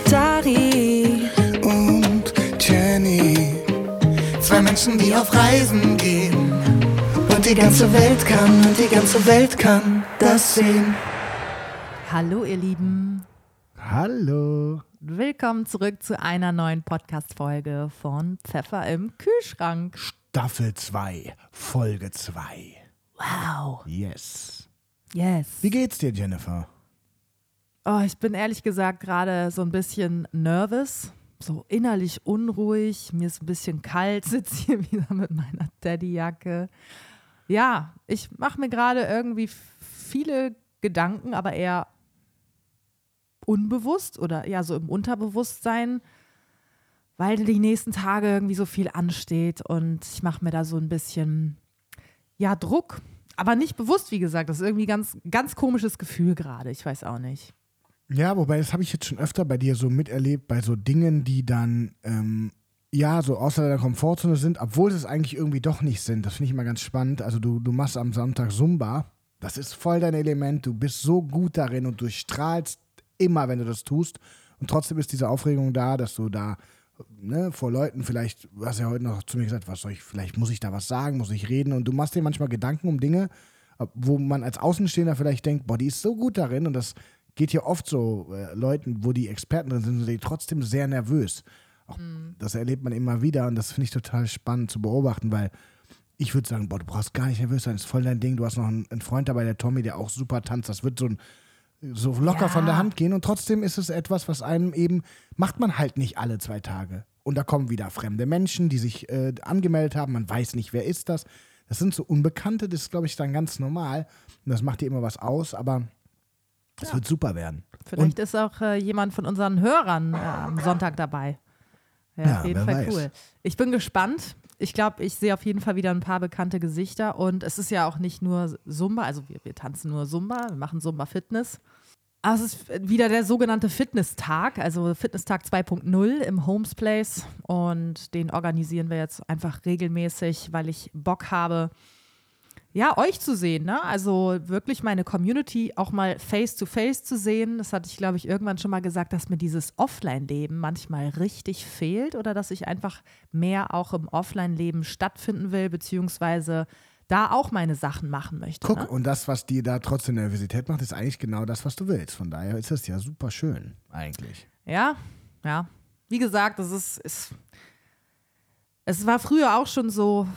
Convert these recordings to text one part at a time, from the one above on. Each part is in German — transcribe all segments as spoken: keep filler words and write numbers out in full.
Dari und Jenny. Zwei Menschen, die auf Reisen gehen. Und die ganze Welt kann, und die ganze Welt kann das sehen. Hallo ihr Lieben. Hallo. Willkommen zurück zu einer neuen Podcast-Folge von Pfeffer im Kühlschrank. Staffel zwei, Folge zwei. Wow. Yes. Yes. Wie geht's dir, Jennifer? Oh, ich bin ehrlich gesagt gerade so ein bisschen nervös, so innerlich unruhig. Mir ist ein bisschen kalt, sitze hier wieder mit meiner Daddy-Jacke. Ja, ich mache mir gerade irgendwie viele Gedanken, aber eher unbewusst oder ja so im Unterbewusstsein, weil die nächsten Tage irgendwie so viel ansteht und ich mache mir da so ein bisschen, ja, Druck, aber nicht bewusst, wie gesagt. Das ist irgendwie ganz, ganz komisches Gefühl gerade, ich weiß auch nicht. Ja, wobei, das habe ich jetzt schon öfter bei dir so miterlebt, bei so Dingen, die dann, ähm, ja, so außer deiner Komfortzone sind, obwohl es eigentlich irgendwie doch nicht sind. Das finde ich immer ganz spannend. Also du, du machst am Sonntag Zumba, das ist voll dein Element, du bist so gut darin und du strahlst immer, wenn du das tust. Und trotzdem ist diese Aufregung da, dass du da ne, vor Leuten vielleicht, du hast ja heute noch zu mir gesagt, was soll ich, vielleicht muss ich da was sagen, muss ich reden. Und du machst dir manchmal Gedanken um Dinge, wo man als Außenstehender vielleicht denkt, boah, die ist so gut darin. Und das geht ja oft so äh, Leuten, wo die Experten drin sind, sind die trotzdem sehr nervös. Auch mhm. Das erlebt man immer wieder und das finde ich total spannend zu beobachten, weil ich würde sagen, boah, du brauchst gar nicht nervös sein, das ist voll dein Ding. Du hast noch einen, einen Freund dabei, der Tommy, der auch super tanzt. Das wird so ein so locker ja. von der Hand gehen und trotzdem ist es etwas, was einem eben, macht man halt nicht alle zwei Tage. Und da kommen wieder fremde Menschen, die sich äh, angemeldet haben, man weiß nicht, wer ist das. Das sind so Unbekannte, das ist, glaube ich, dann ganz normal und das macht dir immer was aus, aber es ja. wird super werden. Vielleicht und, ist auch äh, jemand von unseren Hörern äh, am Sonntag dabei. Ja, ja auf jeden Fall weiß. Cool. Ich bin gespannt. Ich glaube, ich sehe auf jeden Fall wieder ein paar bekannte Gesichter und es ist ja auch nicht nur Zumba, also wir, wir tanzen nur Zumba, wir machen Zumba-Fitness. Aber es ist wieder der sogenannte Fitnesstag, also Fitnesstag zwei Punkt null im Homes Place und den organisieren wir jetzt einfach regelmäßig, weil ich Bock habe, ja, euch zu sehen, ne? Also wirklich meine Community auch mal face-to-face zu sehen. Das hatte ich, glaube ich, irgendwann schon mal gesagt, dass mir dieses Offline-Leben manchmal richtig fehlt oder dass ich einfach mehr auch im Offline-Leben stattfinden will, beziehungsweise da auch meine Sachen machen möchte. Guck, ne? Und das, was dir da trotzdem Nervosität macht, ist eigentlich genau das, was du willst. Von daher ist das ja super schön, eigentlich. Ja, ja. Wie gesagt, das ist, ist es war früher auch schon so,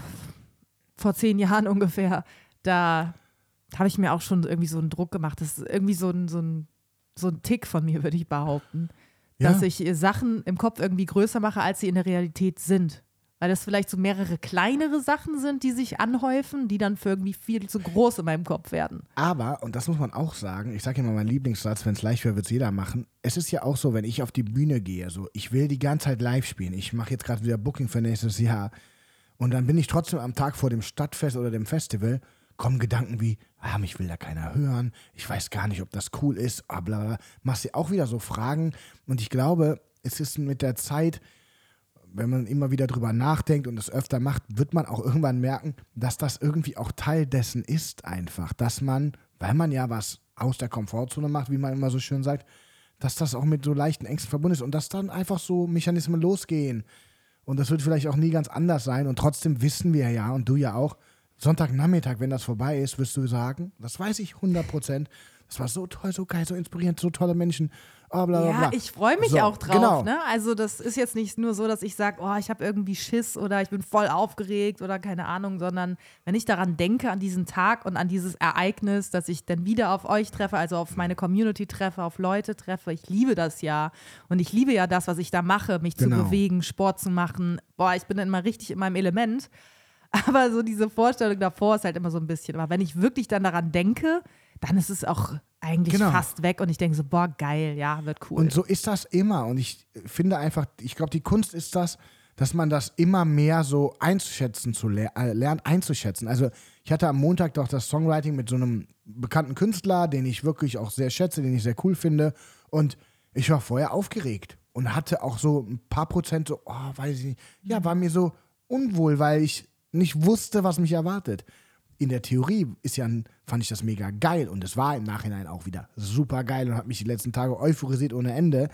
vor zehn Jahren ungefähr, da habe ich mir auch schon irgendwie so einen Druck gemacht. Das ist irgendwie so ein, so ein, so ein Tick von mir, würde ich behaupten. Ja. Dass ich Sachen im Kopf irgendwie größer mache, als sie in der Realität sind. Weil das vielleicht so mehrere kleinere Sachen sind, die sich anhäufen, die dann für irgendwie viel zu groß in meinem Kopf werden. Aber, und das muss man auch sagen, ich sage immer meinen Lieblingssatz, wenn es leicht wäre, wird es jeder machen. Es ist ja auch so, wenn ich auf die Bühne gehe, so ich will die ganze Zeit live spielen. Ich mache jetzt gerade wieder Booking für nächstes Jahr. Und dann bin ich trotzdem am Tag vor dem Stadtfest oder dem Festival, kommen Gedanken wie, ah, mich will da keiner hören, ich weiß gar nicht, ob das cool ist, ah, bla, bla. Machst dir auch wieder so Fragen. Und ich glaube, es ist mit der Zeit, wenn man immer wieder drüber nachdenkt und es öfter macht, wird man auch irgendwann merken, dass das irgendwie auch Teil dessen ist einfach. Dass man, weil man ja was aus der Komfortzone macht, wie man immer so schön sagt, dass das auch mit so leichten Ängsten verbunden ist und dass dann einfach so Mechanismen losgehen. Und das wird vielleicht auch nie ganz anders sein. Und trotzdem wissen wir ja, und du ja auch, Sonntagnachmittag, wenn das vorbei ist, wirst du sagen, das weiß ich hundert Prozent, das war so toll, so geil, so inspirierend, so tolle Menschen. Oh, bla, bla, bla. Ja, ich freue mich so, auch drauf. Genau. Ne? Also das ist jetzt nicht nur so, dass ich sage, oh, ich habe irgendwie Schiss oder ich bin voll aufgeregt oder keine Ahnung, sondern wenn ich daran denke, an diesen Tag und an dieses Ereignis, dass ich dann wieder auf euch treffe, also auf meine Community treffe, auf Leute treffe, ich liebe das ja. Und ich liebe ja das, was ich da mache, mich Genau. zu bewegen, Sport zu machen. Boah, ich bin dann immer richtig in meinem Element. Aber so diese Vorstellung davor ist halt immer so ein bisschen. Aber wenn ich wirklich dann daran denke, dann ist es auch eigentlich genau. fast weg und ich denke so, boah, geil, ja, wird cool. Und so ist das immer. Und ich finde einfach, ich glaube, die Kunst ist das, dass man das immer mehr so einzuschätzen, zu ler- äh, lernt einzuschätzen. Also ich hatte am Montag doch das Songwriting mit so einem bekannten Künstler, den ich wirklich auch sehr schätze, den ich sehr cool finde. Und ich war vorher aufgeregt und hatte auch so ein paar Prozent so, oh, weiß ich nicht, ja, war mir so unwohl, weil ich nicht wusste, was mich erwartet. In der Theorie ist ja, fand ich das mega geil und es war im Nachhinein auch wieder super geil und hat mich die letzten Tage euphorisiert ohne Ende.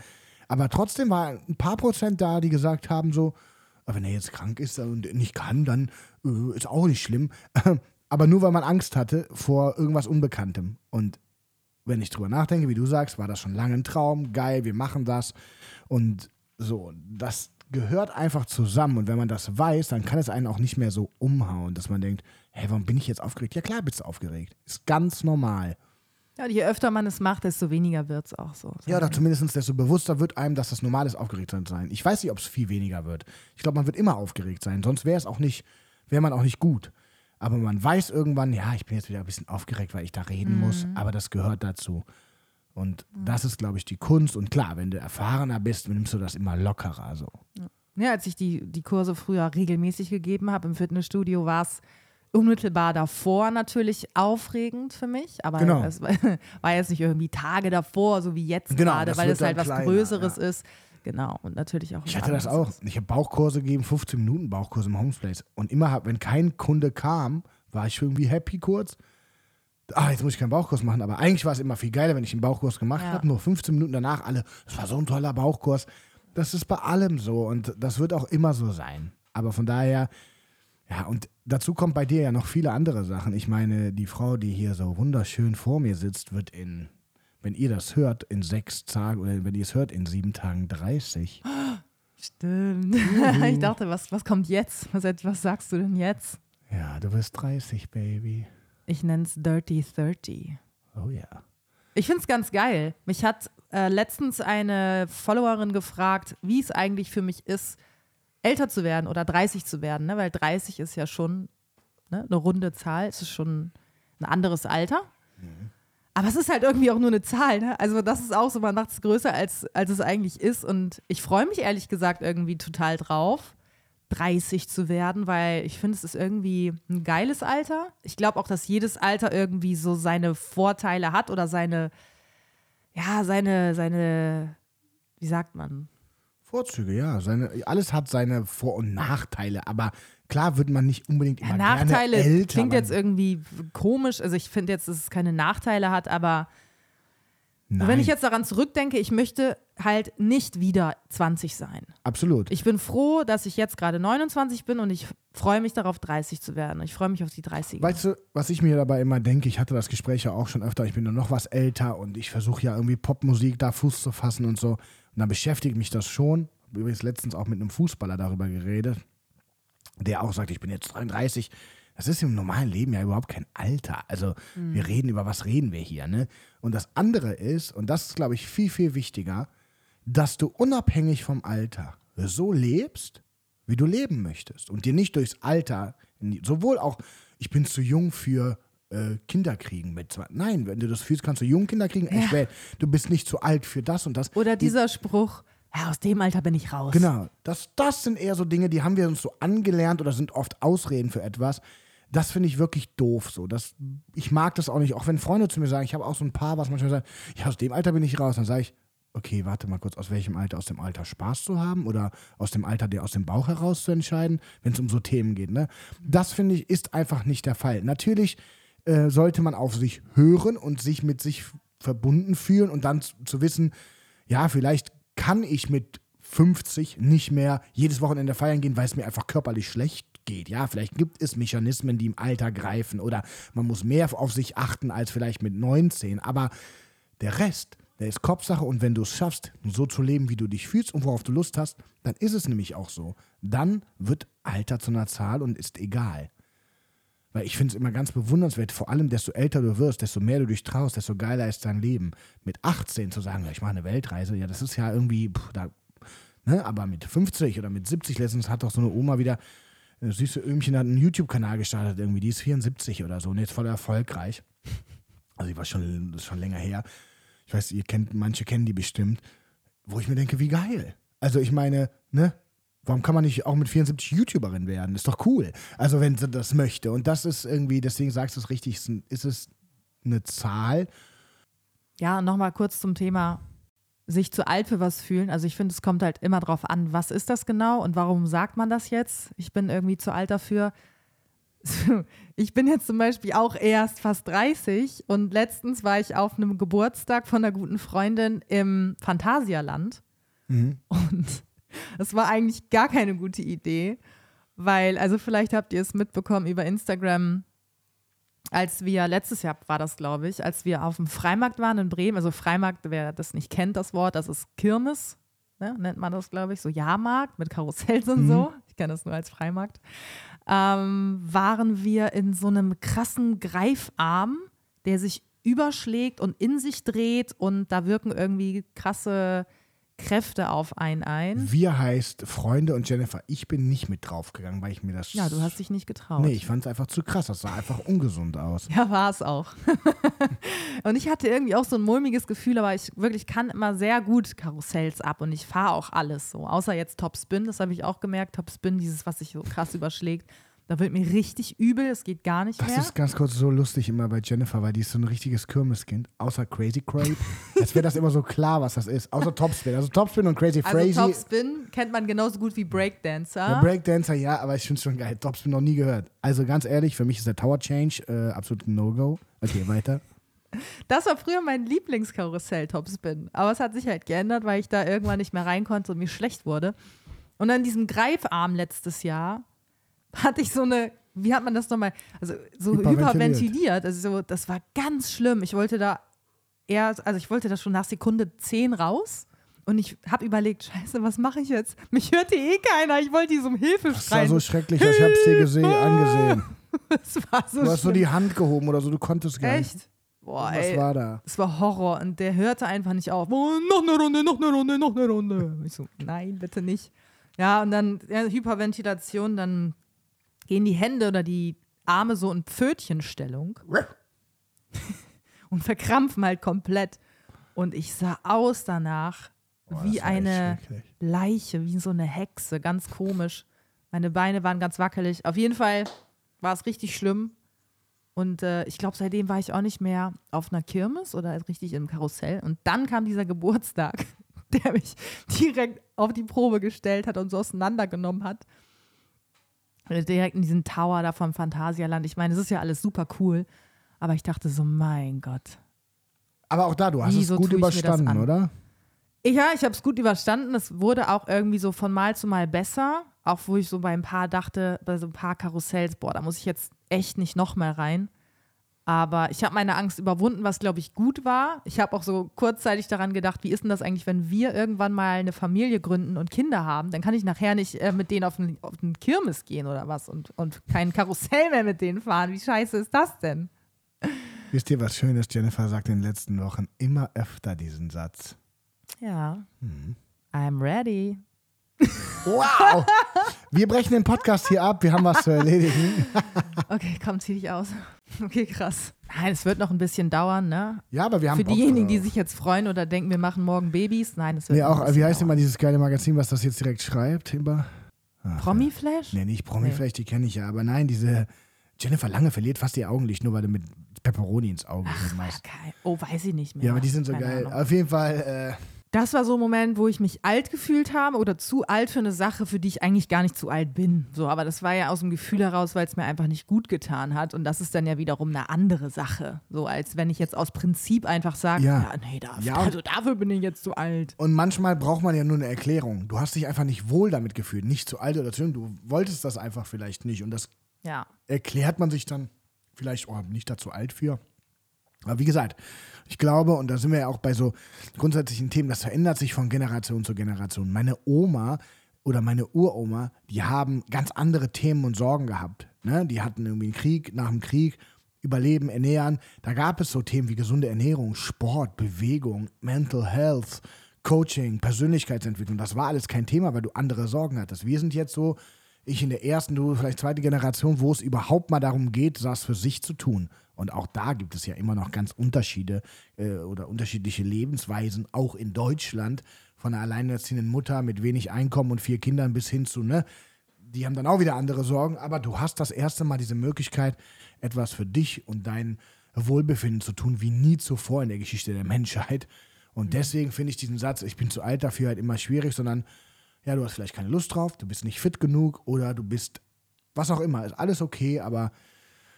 Aber trotzdem war ein paar Prozent da, die gesagt haben so, wenn er jetzt krank ist und nicht kann, dann äh, ist auch nicht schlimm. Aber nur, weil man Angst hatte vor irgendwas Unbekanntem. Und wenn ich drüber nachdenke, wie du sagst, war das schon lange ein Traum, geil, wir machen das. Und so, das gehört einfach zusammen. Und wenn man das weiß, dann kann es einen auch nicht mehr so umhauen, dass man denkt, hey, warum bin ich jetzt aufgeregt? Ja klar bist du aufgeregt. Ist ganz normal. Ja, je öfter man es macht, desto weniger wird es auch so. Ja, oder zumindest desto bewusster wird einem, dass das normal ist, aufgeregt sein. Ich weiß nicht, ob es viel weniger wird. Ich glaube, man wird immer aufgeregt sein, sonst wäre es auch nicht, wäre man auch nicht gut. Aber man weiß irgendwann, ja, ich bin jetzt wieder ein bisschen aufgeregt, weil ich da reden mhm. muss, aber das gehört dazu. Und mhm. das ist, glaube ich, die Kunst. Und klar, wenn du erfahrener bist, nimmst du das immer lockerer. So. Ja. ja, als ich die, die Kurse früher regelmäßig gegeben habe im Fitnessstudio, war es unmittelbar davor natürlich aufregend für mich, aber genau. es war, war jetzt nicht irgendwie Tage davor, so wie jetzt genau, gerade, weil es halt was kleiner, Größeres ja. ist. Genau, und natürlich auch. Ich hatte das auch. Ist. Ich habe Bauchkurse gegeben, fünfzehn Minuten Bauchkurse im Homespace. Und immer, wenn kein Kunde kam, war ich irgendwie happy kurz. Ah, jetzt muss ich keinen Bauchkurs machen, aber eigentlich war es immer viel geiler, wenn ich einen Bauchkurs gemacht ja. habe. Nur fünfzehn Minuten danach alle, das war so ein toller Bauchkurs. Das ist bei allem so und das wird auch immer so sein. Aber von daher, ja, und dazu kommt bei dir ja noch viele andere Sachen. Ich meine, die Frau, die hier so wunderschön vor mir sitzt, wird in, wenn ihr das hört, in sechs Tagen, oder wenn ihr es hört, in sieben Tagen dreißig. Stimmt. Mhm. Ich dachte, was, was kommt jetzt? Was, was sagst du denn jetzt? Ja, du bist dreißig, Baby. Ich nenne es Dirty dreißig. Oh ja. Ich finde es ganz geil. Mich hat äh, letztens eine Followerin gefragt, wie es eigentlich für mich ist, älter zu werden oder dreißig zu werden, ne? Weil dreißig ist ja schon ne, eine runde Zahl, es ist schon ein anderes Alter. Mhm. Aber es ist halt irgendwie auch nur eine Zahl, ne? Also das ist auch so, man macht es größer, als, als es eigentlich ist. Und ich freue mich ehrlich gesagt irgendwie total drauf, dreißig zu werden, weil ich finde, es ist irgendwie ein geiles Alter. Ich glaube auch, dass jedes Alter irgendwie so seine Vorteile hat oder seine, ja, seine, seine, wie sagt man? Vorzüge, ja. Seine, alles hat seine Vor- und Nachteile, aber klar wird man nicht unbedingt immer ja, Nachteile gerne älter. Klingt jetzt irgendwie komisch, also ich finde jetzt, dass es keine Nachteile hat, aber wenn ich jetzt daran zurückdenke, ich möchte halt nicht wieder zwanzig sein. Absolut. Ich bin froh, dass ich jetzt gerade neunundzwanzig bin und ich freue mich darauf, dreißig zu werden. Ich freue mich auf die dreißiger. Weißt du, was ich mir dabei immer denke, ich hatte das Gespräch ja auch schon öfter, ich bin nur noch was älter und ich versuche ja irgendwie Popmusik da Fuß zu fassen und so. Und dann beschäftigt mich das schon. Ich habe übrigens letztens auch mit einem Fußballer darüber geredet, der auch sagt, ich bin jetzt dreiunddreißig. Das ist im normalen Leben ja überhaupt kein Alter. Also mhm. wir reden, über was reden wir hier, ne? Und das andere ist, und das ist, glaube ich, viel, viel wichtiger, dass du unabhängig vom Alter so lebst, wie du leben möchtest. Und dir nicht durchs Alter, sowohl auch, ich bin zu jung für äh, Kinder kriegen mit zwei. Nein, wenn du das fühlst, kannst du jung Kinder kriegen. Ja. Echt, du bist nicht zu alt für das und das. Oder dieser die, Spruch, ja, aus dem Alter bin ich raus. Genau, das, das sind eher so Dinge, die haben wir uns so angelernt oder sind oft Ausreden für etwas. Das finde ich wirklich doof so. Das, ich mag das auch nicht. Auch wenn Freunde zu mir sagen, ich habe auch so ein paar, was manchmal sagen, ja, aus dem Alter bin ich raus. Dann sage ich, okay, warte mal kurz, aus welchem Alter? Aus dem Alter Spaß zu haben oder aus dem Alter, der aus dem Bauch heraus zu entscheiden, wenn es um so Themen geht. Ne? Das, finde ich, ist einfach nicht der Fall. Natürlich äh, sollte man auf sich hören und sich mit sich verbunden fühlen und dann zu, zu wissen, ja, vielleicht kann ich mit fünfzig nicht mehr jedes Wochenende feiern gehen, weil es mir einfach körperlich schlecht geht. Ja, vielleicht gibt es Mechanismen, die im Alter greifen oder man muss mehr auf sich achten als vielleicht mit neunzehn. Aber der Rest, der ist Kopfsache und wenn du es schaffst, so zu leben, wie du dich fühlst und worauf du Lust hast, dann ist es nämlich auch so. Dann wird Alter zu einer Zahl und ist egal. Weil ich finde es immer ganz bewundernswert, vor allem desto älter du wirst, desto mehr du dich traust, desto geiler ist dein Leben. Mit achtzehn zu sagen, ja, ich mache eine Weltreise, ja, das ist ja irgendwie, pff, da, ne? Aber mit fünfzig oder mit siebzig letztens hat doch so eine Oma wieder, das süße Öhmchen hat einen YouTube-Kanal gestartet irgendwie, die ist vierundsiebzig oder so und jetzt voll erfolgreich. Also die war schon, das ist schon länger her. Ich weiß, ihr kennt, manche kennen die bestimmt, wo ich mir denke, wie geil. Also ich meine, ne, warum kann man nicht auch mit vierundsiebzig YouTuberin werden? Ist doch cool. Also wenn sie das möchte. Und das ist irgendwie, deswegen sagst du es richtig, ist es eine Zahl. Ja, und nochmal kurz zum Thema sich zu alt für was fühlen. Also ich finde, es kommt halt immer drauf an, was ist das genau und warum sagt man das jetzt? Ich bin irgendwie zu alt dafür. Ich bin jetzt zum Beispiel auch erst fast dreißig und letztens war ich auf einem Geburtstag von einer guten Freundin im Phantasialand Mhm. Und es war eigentlich gar keine gute Idee, weil, also vielleicht habt ihr es mitbekommen über Instagram, als wir, letztes Jahr war das, glaube ich, als wir auf dem Freimarkt waren in Bremen, also Freimarkt, wer das nicht kennt, das Wort, das ist Kirmes, ne, nennt man das, glaube ich, so Jahrmarkt mit Karussells und Mhm. so, ich kenne das nur als Freimarkt, ähm, waren wir in so einem krassen Greifarm, der sich überschlägt und in sich dreht und da wirken irgendwie krasse Kräfte auf einen ein. Wir heißt Freunde und Jennifer. Ich bin nicht mit draufgegangen, weil ich mir das. Ja, du hast dich nicht getraut. Nee, ich fand es einfach zu krass. Das sah einfach ungesund aus. Ja, war es auch. Und ich hatte irgendwie auch so ein mulmiges Gefühl, aber ich wirklich kann immer sehr gut Karussells ab und ich fahre auch alles so. Außer jetzt Topspin, das habe ich auch gemerkt. Topspin, dieses, was sich so krass überschlägt. Da wird mir richtig übel, es geht gar nicht Das mehr. ist ganz kurz so lustig immer bei Jennifer, weil die ist so ein richtiges Kirmeskind. Außer Crazy Crape. Als wäre das immer so klar, was das ist. Außer Topspin. Also Topspin und Crazy Also Crazy. Topspin kennt man genauso gut wie Breakdancer. Der Breakdancer, ja, aber ich finde es schon geil. Topspin noch nie gehört. Also ganz ehrlich, für mich ist der Tower Change äh, absolut ein No-Go. Okay, weiter. Das war früher mein Lieblingskarussell, Topspin. Aber es hat sich halt geändert, weil ich da irgendwann nicht mehr rein konnte und mir schlecht wurde. Und an diesem Greifarm letztes Jahr hatte ich so eine, wie hat man das nochmal, also so Hyperventiliert. hyperventiliert. Also so, das war ganz schlimm. Ich wollte da eher, also ich wollte da schon nach Sekunde zehn raus. Und ich habe überlegt, scheiße, was mache ich jetzt? Mich hörte eh keiner. Ich wollte die so um Hilfe Das war schreien. so schrecklich, ich hab's dir gesehen, angesehen. Das war so Du hast so schlimm. die Hand gehoben oder so, du konntest gar nicht. Echt? Boah, Was ey. war da? Es war Horror und der hörte einfach nicht auf. Oh, noch eine Runde, noch eine Runde, noch eine Runde. Ich so, nein, bitte nicht. Ja, und dann ja, Hyperventilation, dann gehen die Hände oder die Arme so in Pfötchenstellung und verkrampfen halt komplett. Und ich sah aus danach Boah, wie das war echt eine schrecklich. Leiche, wie so eine Hexe, ganz komisch. Meine Beine waren ganz wackelig. Auf jeden Fall war es richtig schlimm. Und äh, ich glaube, seitdem war ich auch nicht mehr auf einer Kirmes oder richtig im Karussell. Und dann kam dieser Geburtstag, der mich direkt auf die Probe gestellt hat und so auseinandergenommen hat. Direkt in diesen Tower da vom Phantasialand. Ich meine, es ist ja alles super cool. Aber ich dachte so, mein Gott. Aber auch da, du hast Wieso es gut tue ich mir das überstanden, an? oder? Ja, ich habe es gut überstanden. Es wurde auch irgendwie so von Mal zu Mal besser. Auch wo ich so bei ein paar dachte, bei so ein paar Karussells, boah, da muss ich jetzt echt nicht noch mehr rein. Aber ich habe meine Angst überwunden, was, glaube ich, gut war. Ich habe auch so kurzzeitig daran gedacht, wie ist denn das eigentlich, wenn wir irgendwann mal eine Familie gründen und Kinder haben? Dann kann ich nachher nicht äh, mit denen auf den, auf den Kirmes gehen oder was und, und kein Karussell mehr mit denen fahren. Wie scheiße ist das denn? Wisst ihr, was Schönes? Jennifer sagt in den letzten Wochen immer öfter diesen Satz. Ja. Hm. I'm ready. Wow! Wir brechen den Podcast hier ab, wir haben was zu erledigen. Okay, komm, zieh dich aus. Okay, krass. Nein, es wird noch ein bisschen dauern, ne? Ja, aber wir haben Für Bock diejenigen, die drauf. sich jetzt freuen oder denken, wir machen morgen Babys. Nein, es wird Nee, noch ein auch, bisschen wie heißt dauern. immer dieses geile Magazin, was das jetzt direkt schreibt? Über? Ach, Promi-Flash? Nee, nicht Promi, Nee. vielleicht, die kenne ich ja. Aber nein, diese Jennifer Lange verliert fast ihr Augenlicht, nur weil du mit Pepperoni ins Auge Ach, machst. geil. Oh, weiß ich nicht mehr. Ja, aber die sind so Keine geil. Ahnung. Auf jeden Fall, äh, Das war so ein Moment, wo ich mich alt gefühlt habe oder zu alt für eine Sache, für die ich eigentlich gar nicht zu alt bin. So, aber das war ja aus dem Gefühl heraus, weil es mir einfach nicht gut getan hat. Und das ist dann ja wiederum eine andere Sache. So, als wenn ich jetzt aus Prinzip einfach sage, Ja. ja, nee, da, Ja, und- also dafür bin ich jetzt zu alt. und manchmal braucht man ja nur eine Erklärung. Du hast dich einfach nicht wohl damit gefühlt, nicht zu alt oder zu jung. Du wolltest das einfach vielleicht nicht. Und das Ja. erklärt man sich dann vielleicht, oh, bin ich da zu alt für? Aber wie gesagt, ich glaube, und da sind wir ja auch bei so grundsätzlichen Themen, das verändert sich von Generation zu Generation. Meine Oma oder meine Uroma, die haben ganz andere Themen und Sorgen gehabt. Ne? Die hatten irgendwie einen Krieg, nach dem Krieg, Überleben, Ernähren. Da gab es so Themen wie gesunde Ernährung, Sport, Bewegung, Mental Health, Coaching, Persönlichkeitsentwicklung. Das war alles kein Thema, weil du andere Sorgen hattest. Wir sind jetzt so, ich in der ersten, du vielleicht zweite Generation, wo es überhaupt mal darum geht, das für sich zu tun. Und auch da gibt es ja immer noch ganz Unterschiede äh, oder unterschiedliche Lebensweisen, auch in Deutschland, von einer alleinerziehenden Mutter mit wenig Einkommen und vier Kindern bis hin zu, ne, die haben dann auch wieder andere Sorgen, aber du hast das erste Mal diese Möglichkeit, etwas für dich und dein Wohlbefinden zu tun, wie nie zuvor in der Geschichte der Menschheit. Und deswegen finde ich diesen Satz, ich bin zu alt dafür, halt immer schwierig, sondern ja, du hast vielleicht keine Lust drauf, du bist nicht fit genug oder du bist, was auch immer, ist alles okay, aber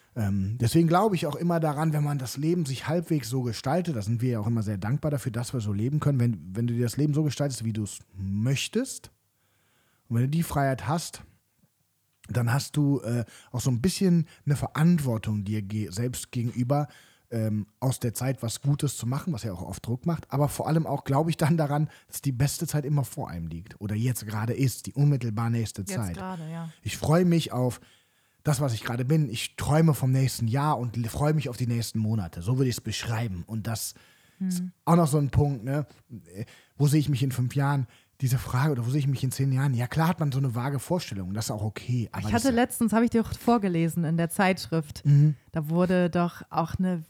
Ähm, deswegen glaube ich auch immer daran, wenn man das Leben sich halbwegs so gestaltet, da sind wir ja auch immer sehr dankbar dafür, dass wir so leben können, wenn, wenn du dir das Leben so gestaltest, wie du es möchtest und wenn du die Freiheit hast, dann hast du äh, auch so ein bisschen eine Verantwortung dir ge- selbst gegenüber, ähm, aus der Zeit was Gutes zu machen, was ja auch oft Druck macht, aber vor allem auch glaube ich dann daran, dass die beste Zeit immer vor einem liegt oder jetzt gerade ist, die unmittelbar nächste Jetzt Zeit. gerade, ja. Ich freue mich auf das, was ich gerade bin. Ich träume vom nächsten Jahr und freue mich auf die nächsten Monate. So würde ich es beschreiben. Und das hm. ist auch noch so ein Punkt, ne? Wo sehe ich mich in fünf Jahren? Diese Frage, oder wo sehe ich mich in zehn Jahren? Ja, klar hat man so eine vage Vorstellung, das ist auch okay. Aber ich hatte das, letztens, habe ich dir auch vorgelesen in der Zeitschrift, mhm. da wurde doch auch eine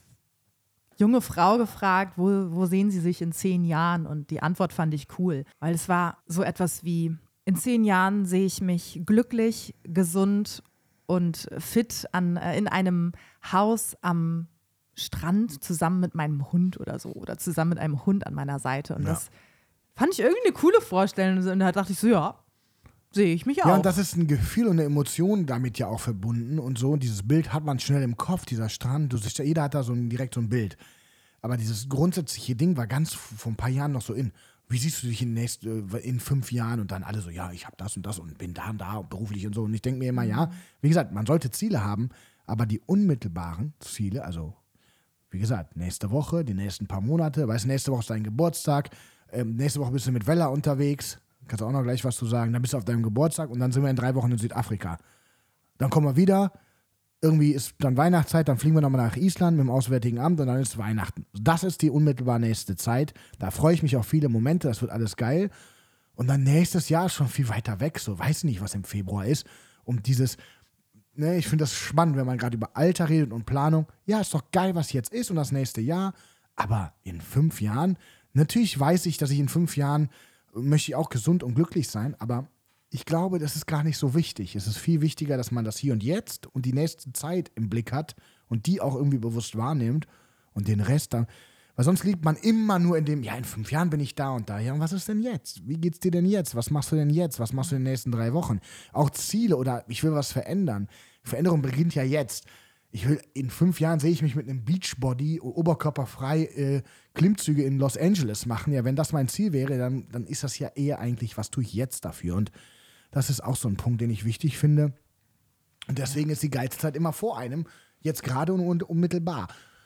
junge Frau gefragt, wo, wo sehen Sie sich in zehn Jahren? Und die Antwort fand ich cool, weil es war so etwas wie, in zehn Jahren sehe ich mich glücklich, gesund und fit an, äh, in einem Haus am Strand zusammen mit meinem Hund oder so oder zusammen mit einem Hund an meiner Seite. Und ja. das fand ich irgendwie eine coole Vorstellung. Und da dachte ich so, ja, sehe ich mich auch. Ja, und das ist ein Gefühl und eine Emotion damit ja auch verbunden und so. Und dieses Bild hat man schnell im Kopf, dieser Strand. Du siehst ja, jeder hat da so ein, direkt so ein Bild. Aber dieses grundsätzliche Ding war ganz vor ein paar Jahren noch so in. Wie siehst du dich in, nächst, in fünf Jahren? Und dann alle so, ja, ich habe das und das und bin da und da und beruflich und so. Und ich denke mir immer, ja, wie gesagt, man sollte Ziele haben, aber die unmittelbaren Ziele, also wie gesagt, nächste Woche, die nächsten paar Monate, weißt du, nächste Woche ist dein Geburtstag, ähm, nächste Woche bist du mit Vella unterwegs, kannst auch noch gleich was zu sagen, dann bist du auf deinem Geburtstag und dann sind wir in drei Wochen in Südafrika. Dann kommen wir wieder, irgendwie ist dann Weihnachtszeit, dann fliegen wir nochmal nach Island mit dem Auswärtigen Amt und dann ist Weihnachten. Das ist die unmittelbar nächste Zeit. Da freue ich mich auf viele Momente, das wird alles geil. Und dann nächstes Jahr ist schon viel weiter weg, so weiß nicht, was im Februar ist. Und dieses, ne, ich finde das spannend, wenn man gerade über Alter redet und Planung. Ja, ist doch geil, was jetzt ist und das nächste Jahr. Aber in fünf Jahren, natürlich weiß ich, dass ich in fünf Jahren möchte ich auch gesund und glücklich sein, aber ich glaube, das ist gar nicht so wichtig. Es ist viel wichtiger, dass man das hier und jetzt und die nächste Zeit im Blick hat und die auch irgendwie bewusst wahrnimmt und den Rest dann, weil sonst liegt man immer nur in dem, ja, in fünf Jahren bin ich da und da. Ja, und was ist denn jetzt? Wie geht's dir denn jetzt? Was machst du denn jetzt? Was machst du in den nächsten drei Wochen? Auch Ziele oder ich will was verändern. Veränderung beginnt ja jetzt. Ich will, in fünf Jahren sehe ich mich mit einem Beachbody, oberkörperfrei, äh, Klimmzüge in Los Angeles machen. Ja, wenn das mein Ziel wäre, dann, dann ist das ja eher eigentlich, was tue ich jetzt dafür? Und das ist auch so ein Punkt, den ich wichtig finde. Und deswegen ist die geilste Zeit immer vor einem, jetzt gerade und, und unmittelbar.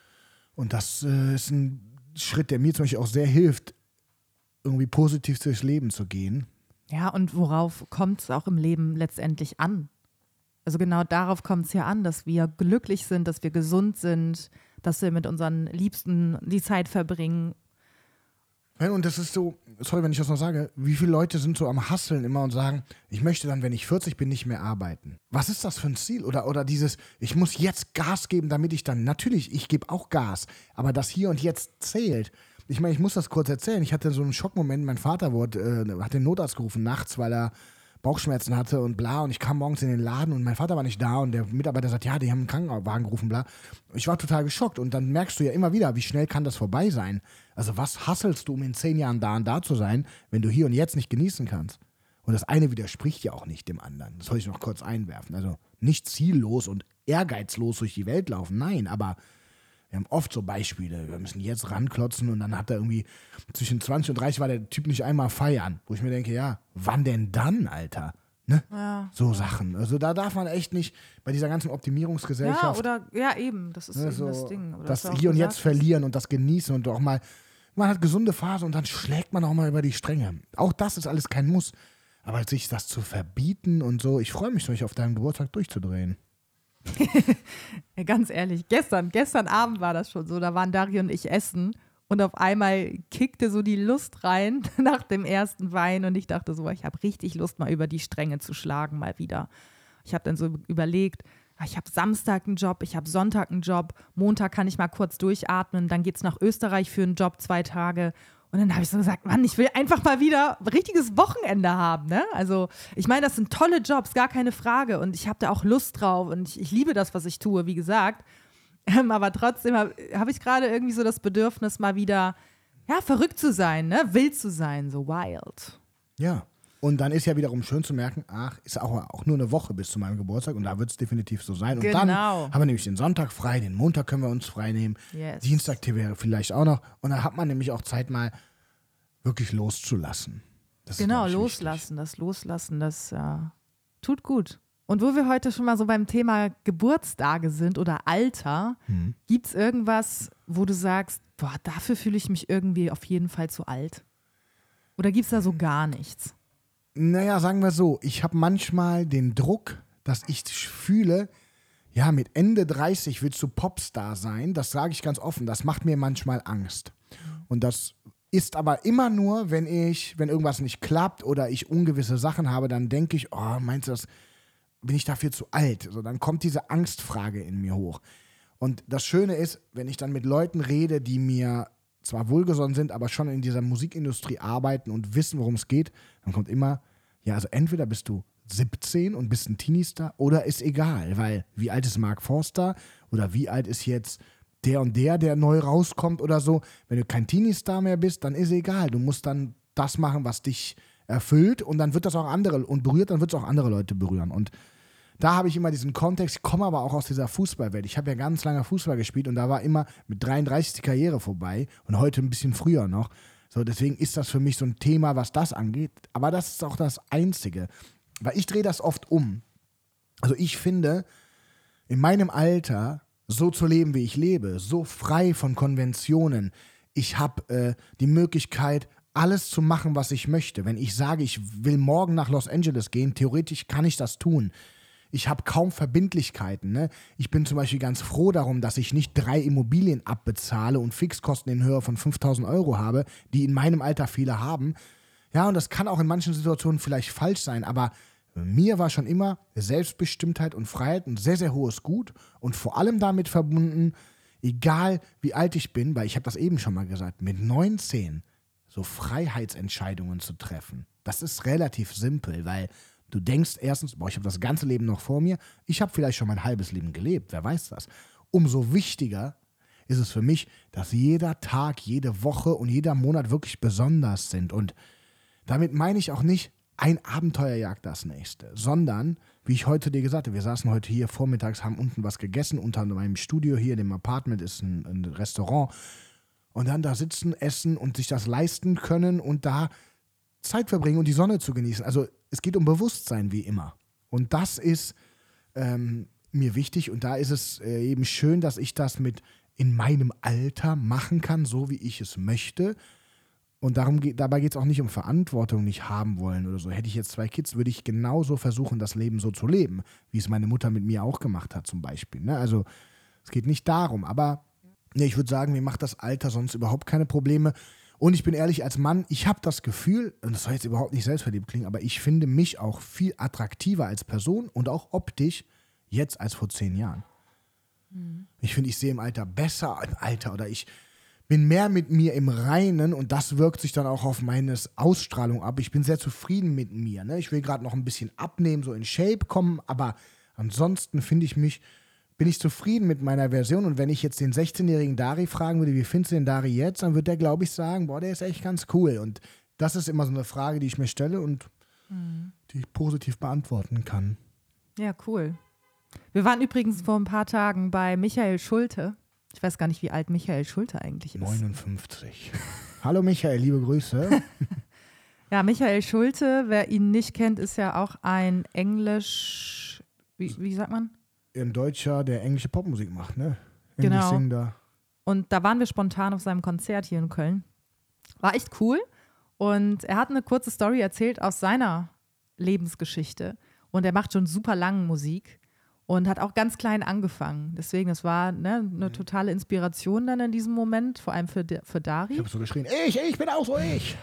Und das äh, ist ein Schritt, der mir zum Beispiel auch sehr hilft, irgendwie positiv durchs Leben zu gehen. Ja, und worauf kommt es auch im Leben letztendlich an? Also genau darauf kommt es ja an, dass wir glücklich sind, dass wir gesund sind, dass wir mit unseren Liebsten die Zeit verbringen. Ja, und das ist so, sorry, wenn ich das noch sage, wie viele Leute sind so am Hasseln immer und sagen, ich möchte dann, wenn ich vierzig bin, nicht mehr arbeiten. Was ist das für ein Ziel? Oder, oder dieses, ich muss jetzt Gas geben, damit ich dann, natürlich, ich gebe auch Gas, aber das hier und jetzt zählt. Ich meine, ich muss das kurz erzählen. Ich hatte so einen Schockmoment, mein Vater wurde, äh, hat den Notarzt gerufen nachts, weil er Bauchschmerzen hatte und bla, und ich kam morgens in den Laden und mein Vater war nicht da und der Mitarbeiter sagt, ja, die haben einen Krankenwagen gerufen, bla. Ich war total geschockt und dann merkst du ja immer wieder, wie schnell kann das vorbei sein. Also was hasselst du, um in zehn Jahren da und da zu sein, wenn du hier und jetzt nicht genießen kannst? Und das eine widerspricht ja auch nicht dem anderen. Das soll ich noch kurz einwerfen. Also nicht ziellos und ehrgeizlos durch die Welt laufen, nein, aber wir haben oft so Beispiele, wir müssen jetzt ranklotzen und dann hat er irgendwie, zwischen zwanzig und dreißig war der Typ nicht einmal feiern, wo ich mir denke, ja, wann denn dann, Alter? Ne? Ja. So Sachen. Also da darf man echt nicht bei dieser ganzen Optimierungsgesellschaft. Ja, oder, ja eben, das ist ne, eben so das Ding. Oder das du auch hier und gesagt jetzt hast. verlieren und das genießen und auch mal, man hat gesunde Phasen und dann schlägt man auch mal über die Stränge. Auch das ist alles kein Muss. Aber sich das zu verbieten und so, ich freue mich, euch auf deinem Geburtstag durchzudrehen. Ja, ganz ehrlich, gestern, gestern Abend war das schon so, da waren Dario und ich essen und auf einmal kickte so die Lust rein nach dem ersten Wein und ich dachte so, ich habe richtig Lust, mal über die Stränge zu schlagen, mal wieder. Ich habe dann so überlegt, ich habe Samstag einen Job, ich habe Sonntag einen Job, Montag kann ich mal kurz durchatmen, dann geht's nach Österreich für einen Job, zwei Tage. Und dann habe ich so gesagt, Mann, ich will einfach mal wieder ein richtiges Wochenende haben, ne? Also ich meine, das sind tolle Jobs, gar keine Frage. Und ich habe da auch Lust drauf und ich, ich liebe das, was ich tue, wie gesagt. Ähm, aber trotzdem habe hab ich gerade irgendwie so das Bedürfnis, mal wieder, ja, verrückt zu sein, ne? Wild zu sein, so wild. Ja, Und dann ist ja wiederum schön zu merken, ach, ist auch, auch nur eine Woche bis zu meinem Geburtstag und da wird es definitiv so sein. Und genau. dann haben wir nämlich den Sonntag frei, den Montag können wir uns frei nehmen, yes. Dienstag wäre vielleicht auch noch. Und dann hat man nämlich auch Zeit, mal wirklich loszulassen. Das genau, ist, loslassen, wichtig. das Loslassen, das äh, tut gut. Und wo wir heute schon mal so beim Thema Geburtstage sind oder Alter, mhm. gibt es irgendwas, wo du sagst, boah, dafür fühle ich mich irgendwie auf jeden Fall zu alt? Oder gibt es da so gar nichts? Naja, sagen wir so, ich habe manchmal den Druck, dass ich fühle, ja, mit Ende dreißig willst du Popstar sein. Das sage ich ganz offen, das macht mir manchmal Angst. Und das ist aber immer nur, wenn ich, wenn irgendwas nicht klappt oder ich ungewisse Sachen habe, dann denke ich, oh, meinst du das, bin ich dafür zu alt? So, dann kommt diese Angstfrage in mir hoch. Und das Schöne ist, wenn ich dann mit Leuten rede, die mir zwar wohlgesonnen sind, aber schon in dieser Musikindustrie arbeiten und wissen, worum es geht, dann kommt immer, ja, also entweder bist du siebzehn und bist ein Teenie-Star oder ist egal, weil wie alt ist Mark Forster oder wie alt ist jetzt der und der, der neu rauskommt oder so. Wenn du kein Teenie-Star mehr bist, dann ist egal. Du musst dann das machen, was dich erfüllt und dann wird das auch andere und berührt, dann wird es auch andere Leute berühren. Und da habe ich immer diesen Kontext, ich komme aber auch aus dieser Fußballwelt. Ich habe ja ganz lange Fußball gespielt und da war immer mit dreiunddreißig die Karriere vorbei und heute ein bisschen früher noch. So, deswegen ist das für mich so ein Thema, was das angeht. Aber das ist auch das Einzige. Weil ich drehe das oft um. Also ich finde, in meinem Alter so zu leben, wie ich lebe, so frei von Konventionen. Ich habe äh, die Möglichkeit, alles zu machen, was ich möchte. Wenn ich sage, ich will morgen nach Los Angeles gehen, theoretisch kann ich das tun. Ich habe kaum Verbindlichkeiten. Ne? Ich bin zum Beispiel ganz froh darum, dass ich nicht drei Immobilien abbezahle und Fixkosten in Höhe von fünftausend Euro habe, die in meinem Alter viele haben. Ja, und das kann auch in manchen Situationen vielleicht falsch sein, aber mir war schon immer Selbstbestimmtheit und Freiheit ein sehr, sehr hohes Gut und vor allem damit verbunden, egal wie alt ich bin, weil ich habe das eben schon mal gesagt, mit neunzehn so Freiheitsentscheidungen zu treffen. Das ist relativ simpel, weil du denkst erstens, boah, ich habe das ganze Leben noch vor mir, ich habe vielleicht schon mein halbes Leben gelebt, wer weiß das. Umso wichtiger ist es für mich, dass jeder Tag, jede Woche und jeder Monat wirklich besonders sind. Und damit meine ich auch nicht, ein Abenteuer jagt das nächste, sondern, wie ich heute dir gesagt habe, wir saßen heute hier vormittags, haben unten was gegessen, unter meinem Studio hier, in dem Apartment ist ein, ein Restaurant und dann da sitzen, essen und sich das leisten können und da Zeit verbringen und die Sonne zu genießen. Also es geht um Bewusstsein wie immer. Und das ist ähm, mir wichtig und da ist es äh, eben schön, dass ich das mit in meinem Alter machen kann, so wie ich es möchte. Und darum geht, dabei geht es auch nicht um Verantwortung nicht haben wollen oder so. Hätte ich jetzt zwei Kids, würde ich genauso versuchen, das Leben so zu leben, wie es meine Mutter mit mir auch gemacht hat zum Beispiel. Ne? Also es geht nicht darum, aber ne, ich würde sagen, mir macht das Alter sonst überhaupt keine Probleme. Und ich bin ehrlich, als Mann, ich habe das Gefühl, und das soll jetzt überhaupt nicht selbstverliebt klingen, aber ich finde mich auch viel attraktiver als Person und auch optisch jetzt als vor zehn Jahren. Mhm. Ich finde, ich sehe im Alter besser im Alter oder ich bin mehr mit mir im Reinen und das wirkt sich dann auch auf meine Ausstrahlung ab. Ich bin sehr zufrieden mit mir. Ne? Ich will gerade noch ein bisschen abnehmen, so in Shape kommen, aber ansonsten finde ich mich, bin ich zufrieden mit meiner Version und wenn ich jetzt den sechzehnjährigen Dari fragen würde, wie findest du den Dari jetzt, dann wird der, glaube ich, sagen, boah, der ist echt ganz cool und das ist immer so eine Frage, die ich mir stelle und mhm. die ich positiv beantworten kann. Ja, cool. Wir waren übrigens vor ein paar Tagen bei Michael Schulte. Ich weiß gar nicht, wie alt Michael Schulte eigentlich ist. neunundfünfzig. Hallo Michael, liebe Grüße. Ja, Michael Schulte, wer ihn nicht kennt, ist ja auch ein Englisch, wie, wie sagt man? Ein Deutscher, der englische Popmusik macht, ne? Genau. Singer. Und da waren wir spontan auf seinem Konzert hier in Köln. War echt cool. Und er hat eine kurze Story erzählt aus seiner Lebensgeschichte. Und er macht schon super lange Musik. Und hat auch ganz klein angefangen. Deswegen, es war ne, eine totale Inspiration dann in diesem Moment, vor allem für, für Dari. Ich habe so geschrien, ich, ich bin auch so ich.